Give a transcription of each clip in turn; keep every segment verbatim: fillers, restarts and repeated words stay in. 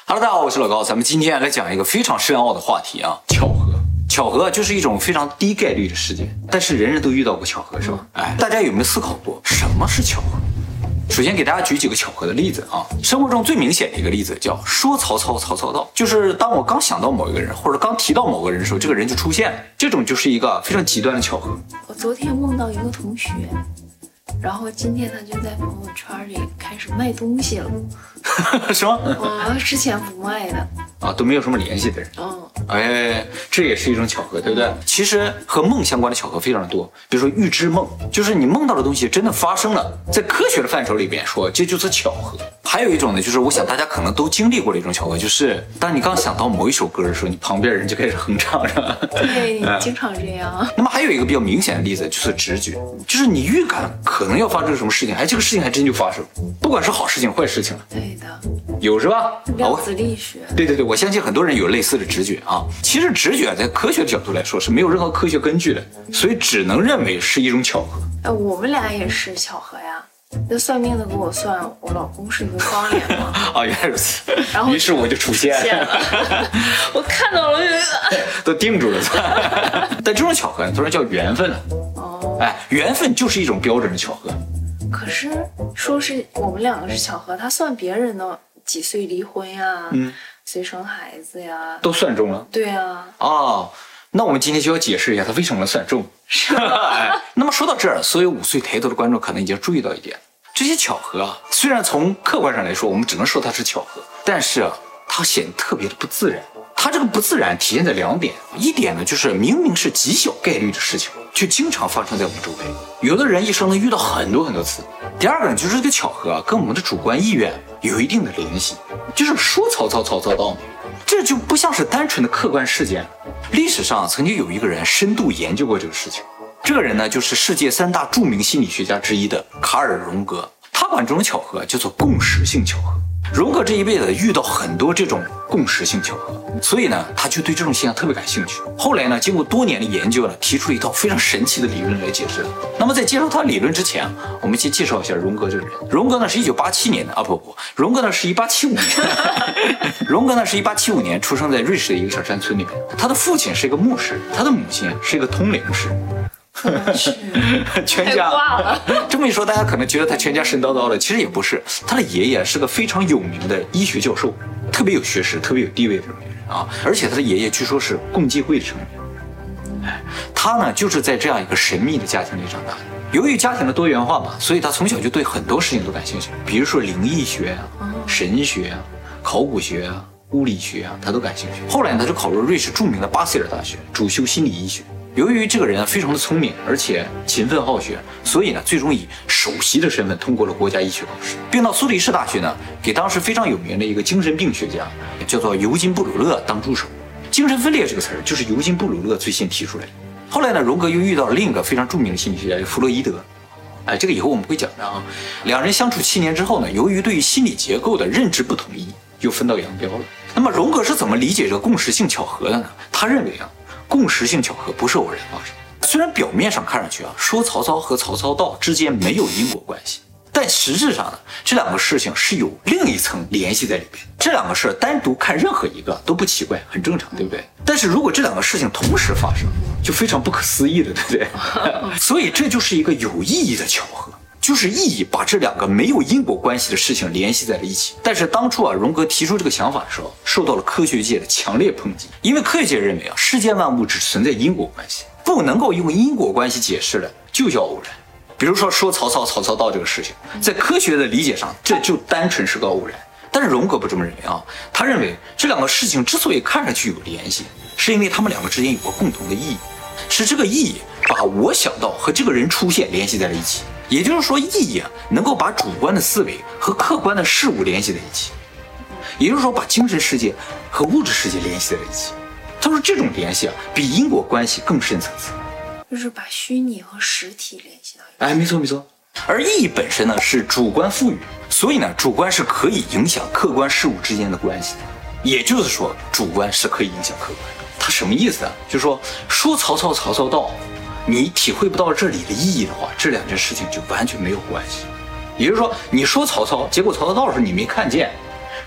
Hello， 大家好，我是老高，咱们今天来讲一个非常深奥的话题啊，巧合。巧合就是一种非常低概率的事件，但是人人都遇到过巧合，是吧？哎，大家有没有思考过什么是巧合？首先给大家举几个巧合的例子啊。生活中最明显的一个例子叫说曹操曹操到，就是当我刚想到某一个人，或者刚提到某个人的时候，这个人就出现了，这种就是一个非常极端的巧合。 我昨天梦到一个同学，然后今天他就在朋友圈里开始卖东西了。 什么？ 我之前不卖的啊，都没有什么联系的人。 嗯， 哎，这也是一种巧合，对不对？其实和梦相关的巧合非常的多，比如说预知梦，就是你梦到的东西真的发生了，在科学的范畴里边说，这就是巧合。还有一种呢，就是我想大家可能都经历过的一种巧合，就是当你刚想到某一首歌的时候，你旁边人就开始哼唱，是吧？ 对，你经常这样。 那么还有一个比较明显的例子就是直觉，就是你预感可能要发生什么事情，哎，这个事情还真就发生，不管是好事情坏事情。 对的， 有是吧？ 量子力学。 对对对，我相信很多人有类似的直觉啊。其实直觉在科学的角度来说是没有任何科学根据的，所以只能认为是一种巧合。 哎，我们俩也是巧合呀。那算命的给我算，我老公是一个方脸嘛。 啊，原来如此。 然后于是我就出现了， 我看到了这个， 都定住了。但这种巧合呢，当然叫缘分了。哦，哎，缘分就是一种标准的巧合。 可是说是我们两个是巧合，他算别人的几岁离婚呀，嗯，谁生孩子呀， 都算中了。 对啊。 哦，那我们今天就要解释一下他为什么能算中。是吧？哎，那么说到这儿，所有五岁抬头的观众可能已经注意到一点，这些巧合啊，虽然从客观上来说，我们只能说它是巧合，但是啊，它显得特别的不自然。它这个不自然体现在两点，一点呢就是明明是极小概率的事情，却经常发生在我们周围，有的人一生能遇到很多很多次。第二个呢，就是这个巧合啊，跟我们的主观意愿有一定的联系，就是说曹操曹操到，这就不像是单纯的客观事件了。历史上曾经有一个人深度研究过这个事情，这个人呢就是世界三大著名心理学家之一的卡尔·荣格，他管这种巧合叫做共识性巧合。荣格这一辈子遇到很多这种共识性巧合，所以呢，他就对这种现象特别感兴趣。后来呢，经过多年的研究呢，提出了一套非常神奇的理论来解释。那么在介绍他理论之前，我们先介绍一下荣格这个人。荣格呢是一九八七年的啊，不不，荣格呢是一八七五年。荣格呢是一八七五年出生在瑞士的一个小山村里面。他的父亲是一个牧师，他的母亲是一个通灵师。全家这么一说，大家可能觉得他全家神叨叨的，其实也不是。他的爷爷是个非常有名的医学教授，特别有学识、特别有地位的这么一个人啊。而且他的爷爷据说是共济会的成员。哎，他呢就是在这样一个神秘的家庭里长大的。由于家庭的多元化嘛，所以他从小就对很多事情都感兴趣，比如说灵异学啊、神学啊、考古学啊、物理学啊，他都感兴趣。后来他就考入瑞士著名的巴塞尔大学，主修心理医学。由于这个人非常的聪明，而且勤奋好学，所以呢，最终以首席的身份通过了国家医学考试，并到苏黎世大学呢，给当时非常有名的一个精神病学家，叫做尤金·布鲁勒当助手。精神分裂这个词儿就是尤金·布鲁勒最先提出来的。后来呢，荣格又遇到了另一个非常著名的心理学家弗洛伊德，哎，这个以后我们会讲的啊。两人相处七年之后呢，由于对于心理结构的认知不统一，又分道扬镳了。那么荣格是怎么理解这个共识性巧合的呢？他认为啊，共识性巧合不是偶然发生。虽然表面上看上去啊，说曹操和曹操到之间没有因果关系，但实质上呢，这两个事情是有另一层联系在里边。这两个事单独看任何一个都不奇怪，很正常，对不对？但是如果这两个事情同时发生，就非常不可思议了，对不对？所以这就是一个有意义的巧合。就是意义把这两个没有因果关系的事情联系在了一起。但是当初啊，荣格提出这个想法的时候，受到了科学界的强烈抨击，因为科学界认为啊，世间万物只存在因果关系，不能够用因果关系解释的就叫偶然。比如说说曹操曹操到这个事情，在科学的理解上，这就单纯是个偶然。但是荣格不这么认为啊，他认为这两个事情之所以看上去有联系，是因为他们两个之间有个共同的意义，是这个意义把我想到和这个人出现联系在了一起。也就是说，意义啊，能够把主观的思维和客观的事物联系在一起，也就是说，把精神世界和物质世界联系在了一起。他说，这种联系啊，比因果关系更深层次， 就是把虚拟和实体联系到一起。 哎，没错没错。而意义本身呢，是主观赋予，所以呢，主观是可以影响客观事物之间的关系的。也就是说，主观是可以影响客观的。他什么意思啊？就是说，说曹操曹操到。你体会不到这里的意义的话，这两件事情就完全没有关系。也就是说，你说曹操，结果曹操到的时候你没看见；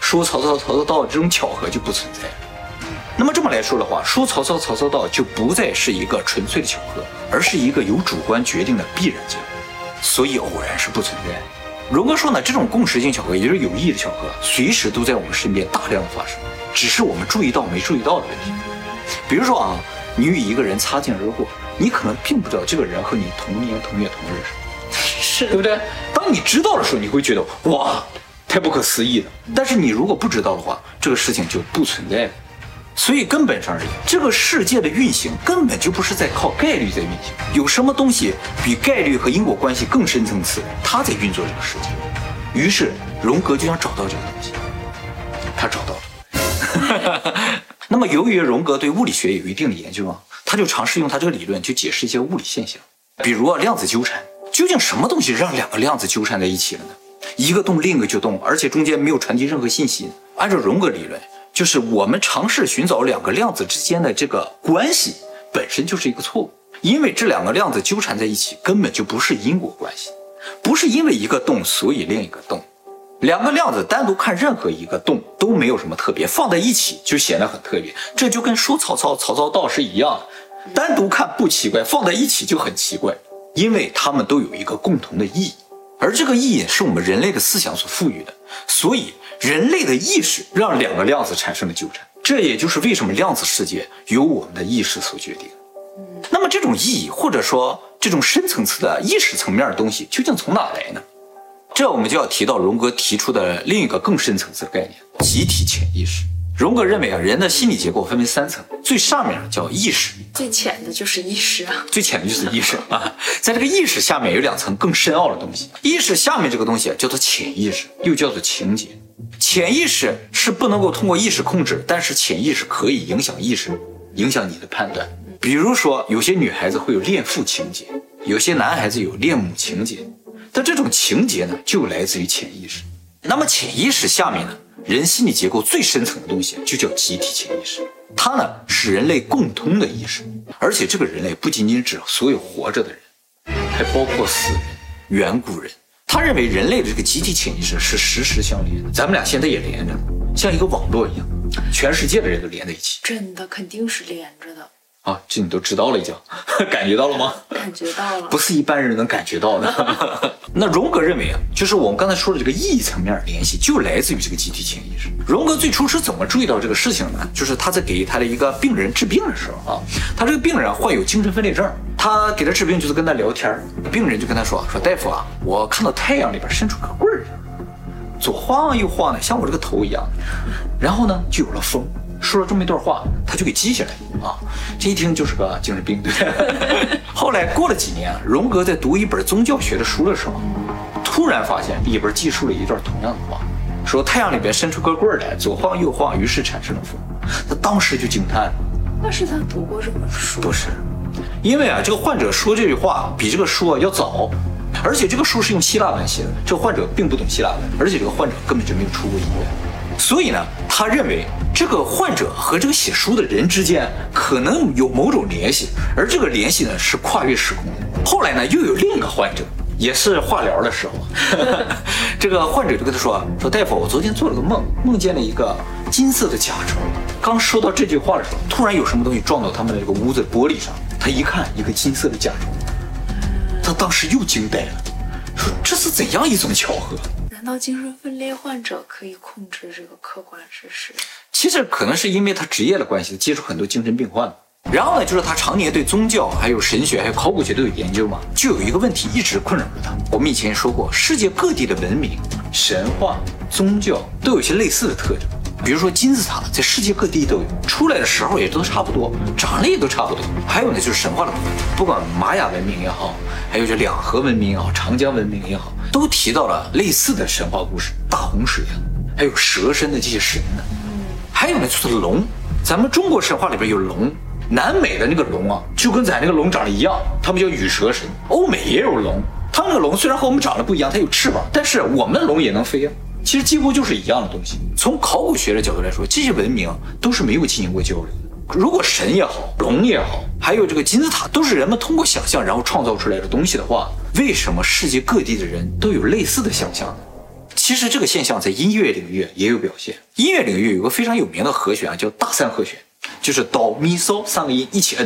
说曹操曹操到这种巧合就不存在了。那么这么来说的话，说曹操曹操到就不再是一个纯粹的巧合，而是一个由主观决定的必然结果，所以偶然是不存在的。荣格说呢，这种共识性巧合，也就是有意义的巧合，随时都在我们身边大量的发生，只是我们注意到没注意到的问题。比如说啊，你与一个人擦肩而过，你可能并不知道这个人和你同年同月同日是， 对不对？当你知道的时候，你会觉得哇，太不可思议了。但是你如果不知道的话，这个事情就不存在了。所以根本上而言，这个世界的运行根本就不是在靠概率在运行，有什么东西比概率和因果关系更深层次，它在运作这个世界。于是荣格就想找到这个东西，他找到了。那么由于荣格对物理学有一定的研究啊，他就尝试用他这个理论去解释一些物理现象，比如啊量子纠缠。究竟什么东西让两个量子纠缠在一起了呢？一个动另一个就动，而且中间没有传递任何信息。按照荣格理论，就是我们尝试寻找两个量子之间的这个关系本身就是一个错误，因为这两个量子纠缠在一起根本就不是因果关系，不是因为一个动所以另一个动。两个量子单独看任何一个动都没有什么特别，放在一起就显得很特别。这就跟说曹操曹操到是一样的，单独看不奇怪，放在一起就很奇怪，因为它们都有一个共同的意义，而这个意义是我们人类的思想所赋予的，所以人类的意识让两个量子产生了纠缠，这也就是为什么量子世界由我们的意识所决定。那么这种意义，或者说这种深层次的意识层面的东西究竟从哪来呢？这我们就要提到荣格提出的另一个更深层次的概念，集体潜意识。荣格认为啊，人的心理结构分为三层，最上面叫意识， 最浅的就是意识啊， 最浅的就是意识啊。在这个意识下面有两层更深奥的东西，意识下面这个东西叫做潜意识，又叫做情节。潜意识是不能够通过意识控制，但是潜意识可以影响意识，影响你的判断。比如说有些女孩子会有恋父情节，有些男孩子有恋母情节，但这种情节呢就来自于潜意识。那么潜意识下面呢，人心理结构最深层的东西就叫集体潜意识，它呢是人类共通的意识，而且这个人类不仅仅指所有活着的人，还包括死人、远古人。他认为人类的这个集体潜意识是实时相连的，咱们俩现在也连着，像一个网络一样，全世界的人都连在一起。 真的肯定是连着的啊，这你都知道了已经，感觉到了吗？ 感觉到了， 不是一般人能感觉到的。那荣格认为啊，就是我们刚才说的这个意义层面联系，就来自于这个集体潜意识。荣格最初是怎么注意到这个事情呢？就是他在给他的一个病人治病的时候啊，他这个病人患有精神分裂症，他给他治病就是跟他聊天，病人就跟他说说大夫啊，我看到太阳里边伸出个棍儿，左晃右晃的，像我这个头一样，然后呢就有了风。说了这么一段话，他就给记下来啊，这一听就是个精神病，对不对？后来过了几年，荣格在读一本宗教学的书的时候，突然发现里边记述了一段同样的话，说太阳里边伸出根棍来，左晃右晃，于是产生了风。他当时就惊叹了。 那是他读过这本书？ 不是，因为啊，这个患者说这句话比这个书啊要早，而且这个书是用希腊文写的，这个患者并不懂希腊文，而且这个患者根本就没有出过医院。所以呢，他认为这个患者和这个写书的人之间可能有某种联系，而这个联系呢是跨越时空的。后来呢，又有另一个患者，也是化疗的时候，这个患者就跟他说说大夫，我昨天做了个梦，梦见了一个金色的甲虫。刚说到这句话的时候，突然有什么东西撞到他们的这个屋子玻璃上，他一看，一个金色的甲虫，他当时又惊呆了，说这是怎样一种巧合？ 难道精神分裂患者可以控制这个客观事实？ 其实可能是因为他职业的关系，接触很多精神病患。然后呢，就是他常年对宗教、还有神学、还有考古学都有研究嘛，就有一个问题一直困扰着他。我们以前也说过，世界各地的文明、神话、宗教都有一些类似的特征。比如说金字塔在世界各地都有，出来的时候也都差不多，长得也都差不多。还有呢，就是神话的部分，不管玛雅文明也好，还有这两河文明也好，长江文明也好，都提到了类似的神话故事，大洪水啊，还有蛇身的这些神呢。还有呢，就是龙，咱们中国神话里边有龙，南美的那个龙啊，就跟咱那个龙长得一样，他们叫羽蛇神。欧美也有龙，他们那个龙虽然和我们长得不一样，它有翅膀，但是我们的龙也能飞啊。其实几乎就是一样的东西。从考古学的角度来说，这些文明都是没有进行过交流的。如果神也好，龙也好，还有这个金字塔，都是人们通过想象然后创造出来的东西的话，为什么世界各地的人都有类似的想象呢？ 其实这个现象在音乐领域也有表现。音乐领域有个非常有名的和弦啊，叫大三和弦，就是哆咪嗦三个音一起摁，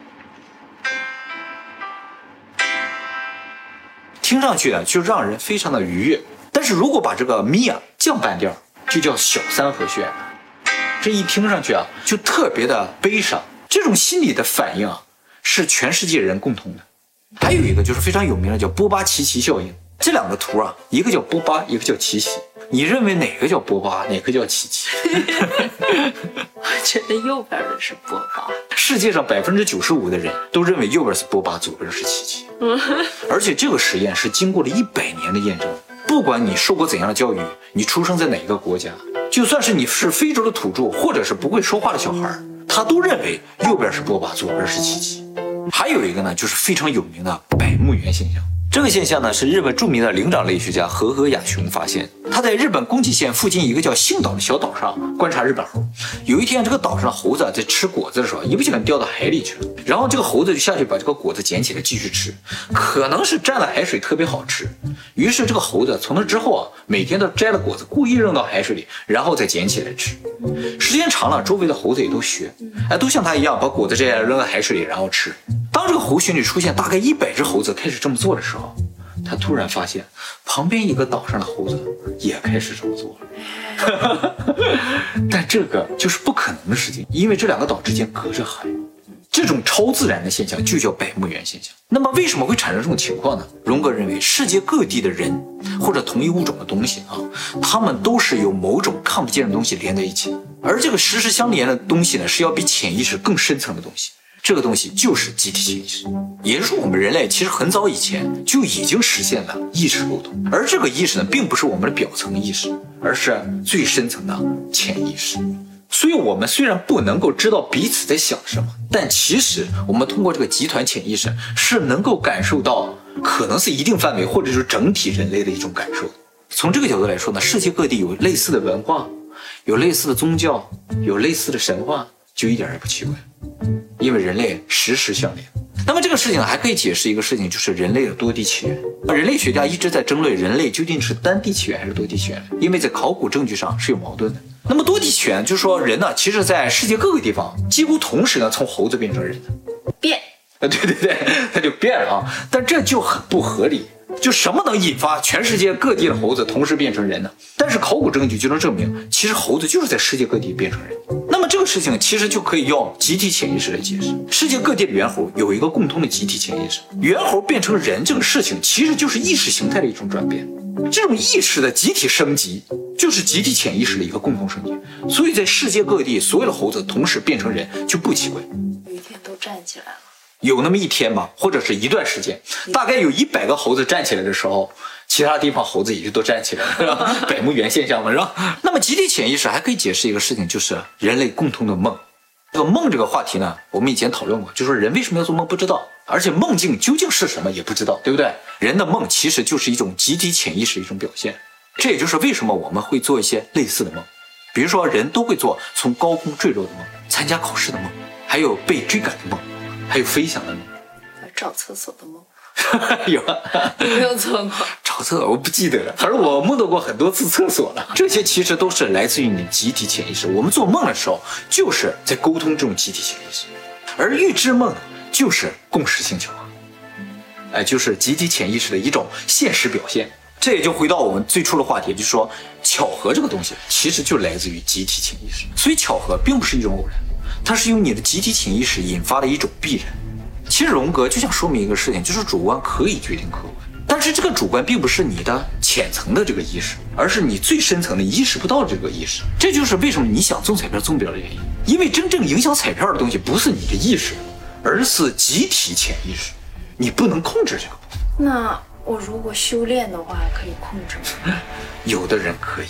听上去呢就让人非常的愉悦。但是如果把这个咪啊降半调，就叫小三和弦，这一听上去啊就特别的悲伤。这种心理的反应啊是全世界人共同的。还有一个就是非常有名的叫波巴奇奇效应。这两个图啊，一个叫波巴，一个叫奇奇。你认为哪个叫波巴，哪个叫奇奇？ 我觉得右边的是波巴。 世界上百分之九十五的人都认为右边是波巴，左边是奇奇。而且这个实验是经过了一百年的验证。不管你受过怎样的教育，你出生在哪个国家，就算是你是非洲的土著，或者是不会说话的小孩，他都认为右边是波巴，左边是奇奇。还有一个呢，就是非常有名的百目园现象。这个现象呢，是日本著名的灵长类学家和和雅雄发现。他在日本宫崎县附近一个叫幸岛的小岛上观察日本猴。有一天，这个岛上的猴子在吃果子的时候，一不小心掉到海里去了。然后这个猴子就下去把这个果子捡起来继续吃，可能是蘸了海水特别好吃。于是这个猴子从那之后啊，每天都摘了果子，故意扔到海水里，然后再捡起来吃。时间长了，周围的猴子也都学，哎，都像他一样把果子摘了扔到海水里，然后吃。当这个猴群里出现大概一百只猴子开始这么做的时候，他突然发现旁边一个岛上的猴子也开始这么做了。但这个就是不可能的事情，因为这两个岛之间隔着海。这种超自然的现象就叫百目园现象。那么为什么会产生这种情况呢？荣格认为世界各地的人或者同一物种的东西啊，他们都是由某种看不见的东西连在一起的，而这个实时相连的东西呢，是要比潜意识更深层的东西。这个东西就是集体潜意识，也就是说我们人类其实很早以前就已经实现了意识沟通，而这个意识呢，并不是我们的表层意识，而是最深层的潜意识。所以我们虽然不能够知道彼此在想什么，但其实我们通过这个集团潜意识是能够感受到可能是一定范围或者是整体人类的一种感受。从这个角度来说呢，世界各地有类似的文化，有类似的宗教，有类似的神话，就一点也不奇怪，因为人类时时相连。那么这个事情还可以解释一个事情，就是人类的多地起源。人类学家一直在争论人类究竟是单地起源还是多地起源，因为在考古证据上是有矛盾的。那么多地起源就是说人呢，其实在世界各个地方几乎同时呢从猴子变成人的， 变， 对对对，它就变了啊。但这就很不合理，就什么能引发全世界各地的猴子同时变成人呢？但是考古证据就能证明，其实猴子就是在世界各地变成人。那么这个事情其实就可以用集体潜意识来解释。世界各地的猿猴有一个共通的集体潜意识，猿猴变成人这个事情其实就是意识形态的一种转变，这种意识的集体升级就是集体潜意识的一个共同升级。所以在世界各地所有的猴子同时变成人就不奇怪。 有一天都站起来了， 有那么一天吧，或者是一段时间，大概有一百个猴子站起来的时候，其他地方猴子也就都站起来了，是吧？百目园现象嘛，是吧？那么集体潜意识还可以解释一个事情，就是人类共同的梦。这个梦这个话题呢，我们以前讨论过，就是人为什么要做梦不知道，而且梦境究竟是什么也不知道，对不对？人的梦其实就是一种集体潜意识的一种表现。这也就是为什么我们会做一些类似的梦，比如说人都会做从高空坠落的梦，参加考试的梦，还有被追赶的梦，还有飞翔的梦， 找厕所的梦。 有啊， 有没有做过？ 找厕所我不记得了，反正我梦到过很多次厕所了。这些其实都是来自于你的集体潜意识。我们做梦的时候，就是在沟通这种集体潜意识，而预知梦就是共识性巧合，哎，就是集体潜意识的一种现实表现。这也就回到我们最初的话题，就是说巧合这个东西其实就来自于集体潜意识。所以巧合并不是一种偶然，它是由你的集体潜意识引发的一种必然。其实荣格就想说明一个事情，就是主观可以决定客观，但是这个主观并不是你的浅层的这个意识，而是你最深层的意识不到这个意识。这就是为什么你想中彩票中不了的原因，因为真正影响彩票的东西不是你的意识，而是集体潜意识，你不能控制这个部分。 那我如果修炼的话，可以控制吗？ 有的人可以，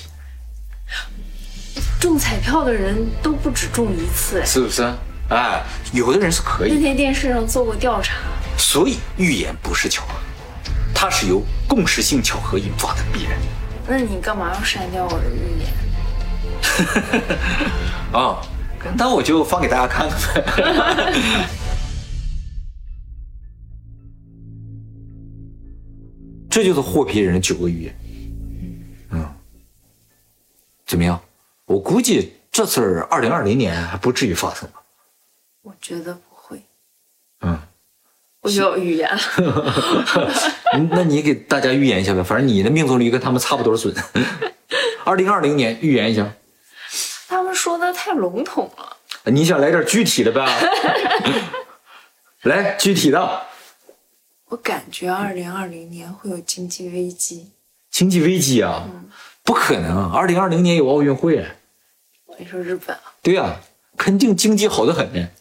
中彩票的人都不止中一次， 是不是？哎，有的人是可以。 那天电视上做过调查， 所以预言不是巧合，它是由共识性巧合引发的必然。 那你干嘛要删掉我的预言？ 哦，那我就放给大家看看。这就是霍皮人的九个预言。嗯， 怎么样？我估计这次儿二零二零年还不至于发生吧？ 我觉得不会。 嗯， 我就有预言了。 那你给大家预言一下呗，反正你的命中率跟他们差不多准。二零二零年预言一下。 他们说的太笼统了。 你想来点具体的呗？来具体的。 我感觉二零二零年会有经济危机。 经济危机啊？嗯、不可能！二零二零年有奥运会。 你说日本啊？ 对啊，肯定经济好得很呢。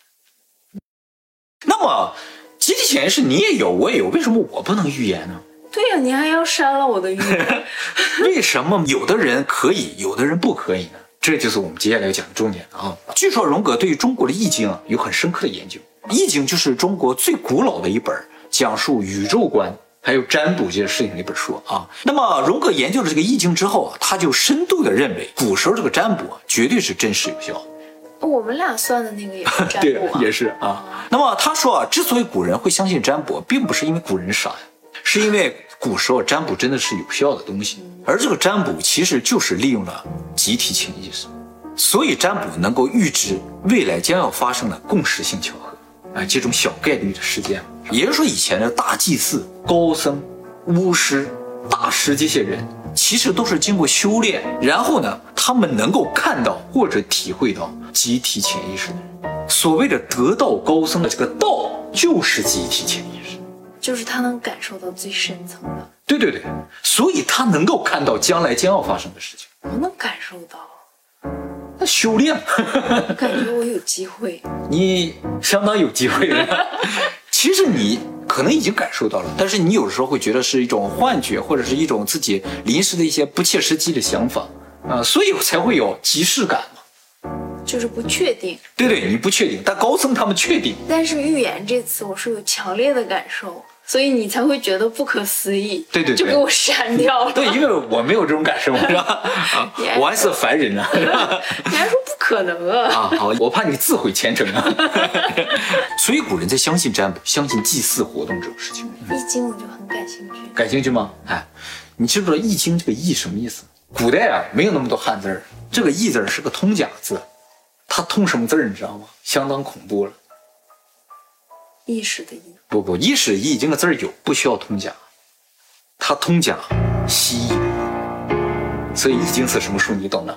那么集体潜意识你也有，我也有，为什么我不能预言呢？ 对呀、啊，你还要删了我的预言。 为什么有的人可以，有的人不可以呢？这就是我们接下来要讲的重点啊！据说荣格对于中国的易经啊有很深刻的研究。易经就是中国最古老的一本讲述宇宙观还有占卜这些事情的一本书啊。那么荣格研究了这个易经之后啊，他就深度的认为古时候这个占卜啊绝对是真实有效的。 我们俩算的那个也是占卜啊。 对，也是啊。那么他说啊，之所以古人会相信占卜，并不是因为古人傻呀，是因为古时候占卜真的是有效的东西，而这个占卜其实就是利用了集体潜意识，所以占卜能够预知未来将要发生的共识性巧合，啊，这种小概率的事件。也就是说，以前的大祭司、高僧、巫师、大师这些人，其实都是经过修炼，然后呢，他们能够看到或者体会到集体潜意识的人。所谓的得道高僧的这个道，就是集体潜意识。 就是他能感受到最深层的。 对对对，所以他能够看到将来将要发生的事情。 我能感受到。 那修炼， 我感觉我有机会。 你相当有机会了。其实你可能已经感受到了，但是你有的时候会觉得是一种幻觉，或者是一种自己临时的一些不切实际的想法啊，所以才会有即视感嘛。 就是不确定。 对对，你不确定，但高僧他们确定。 但是预言这次我是有强烈的感受，所以你才会觉得不可思议。 对对对， 就给我删掉了。 对，因为我没有这种感受，是吧？啊、我还是凡人啊。 你还说不可能啊？ 啊，好，我怕你自毁前程啊。所以古人在相信占卜、相信祭祀活动这种事情。 易经我就很感兴趣。 感兴趣吗？哎，你知不知道易经这个易什么意思？古代啊没有那么多汉字儿，这个易字是个通假字。它通什么字你知道吗？相当恐怖了。 意识的意。 不不，意识易经的字儿有，不需要通假。它通假西易，所以易经是什么书你懂的？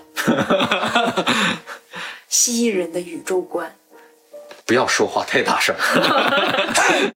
西医人的宇宙观。 不要说话太大声。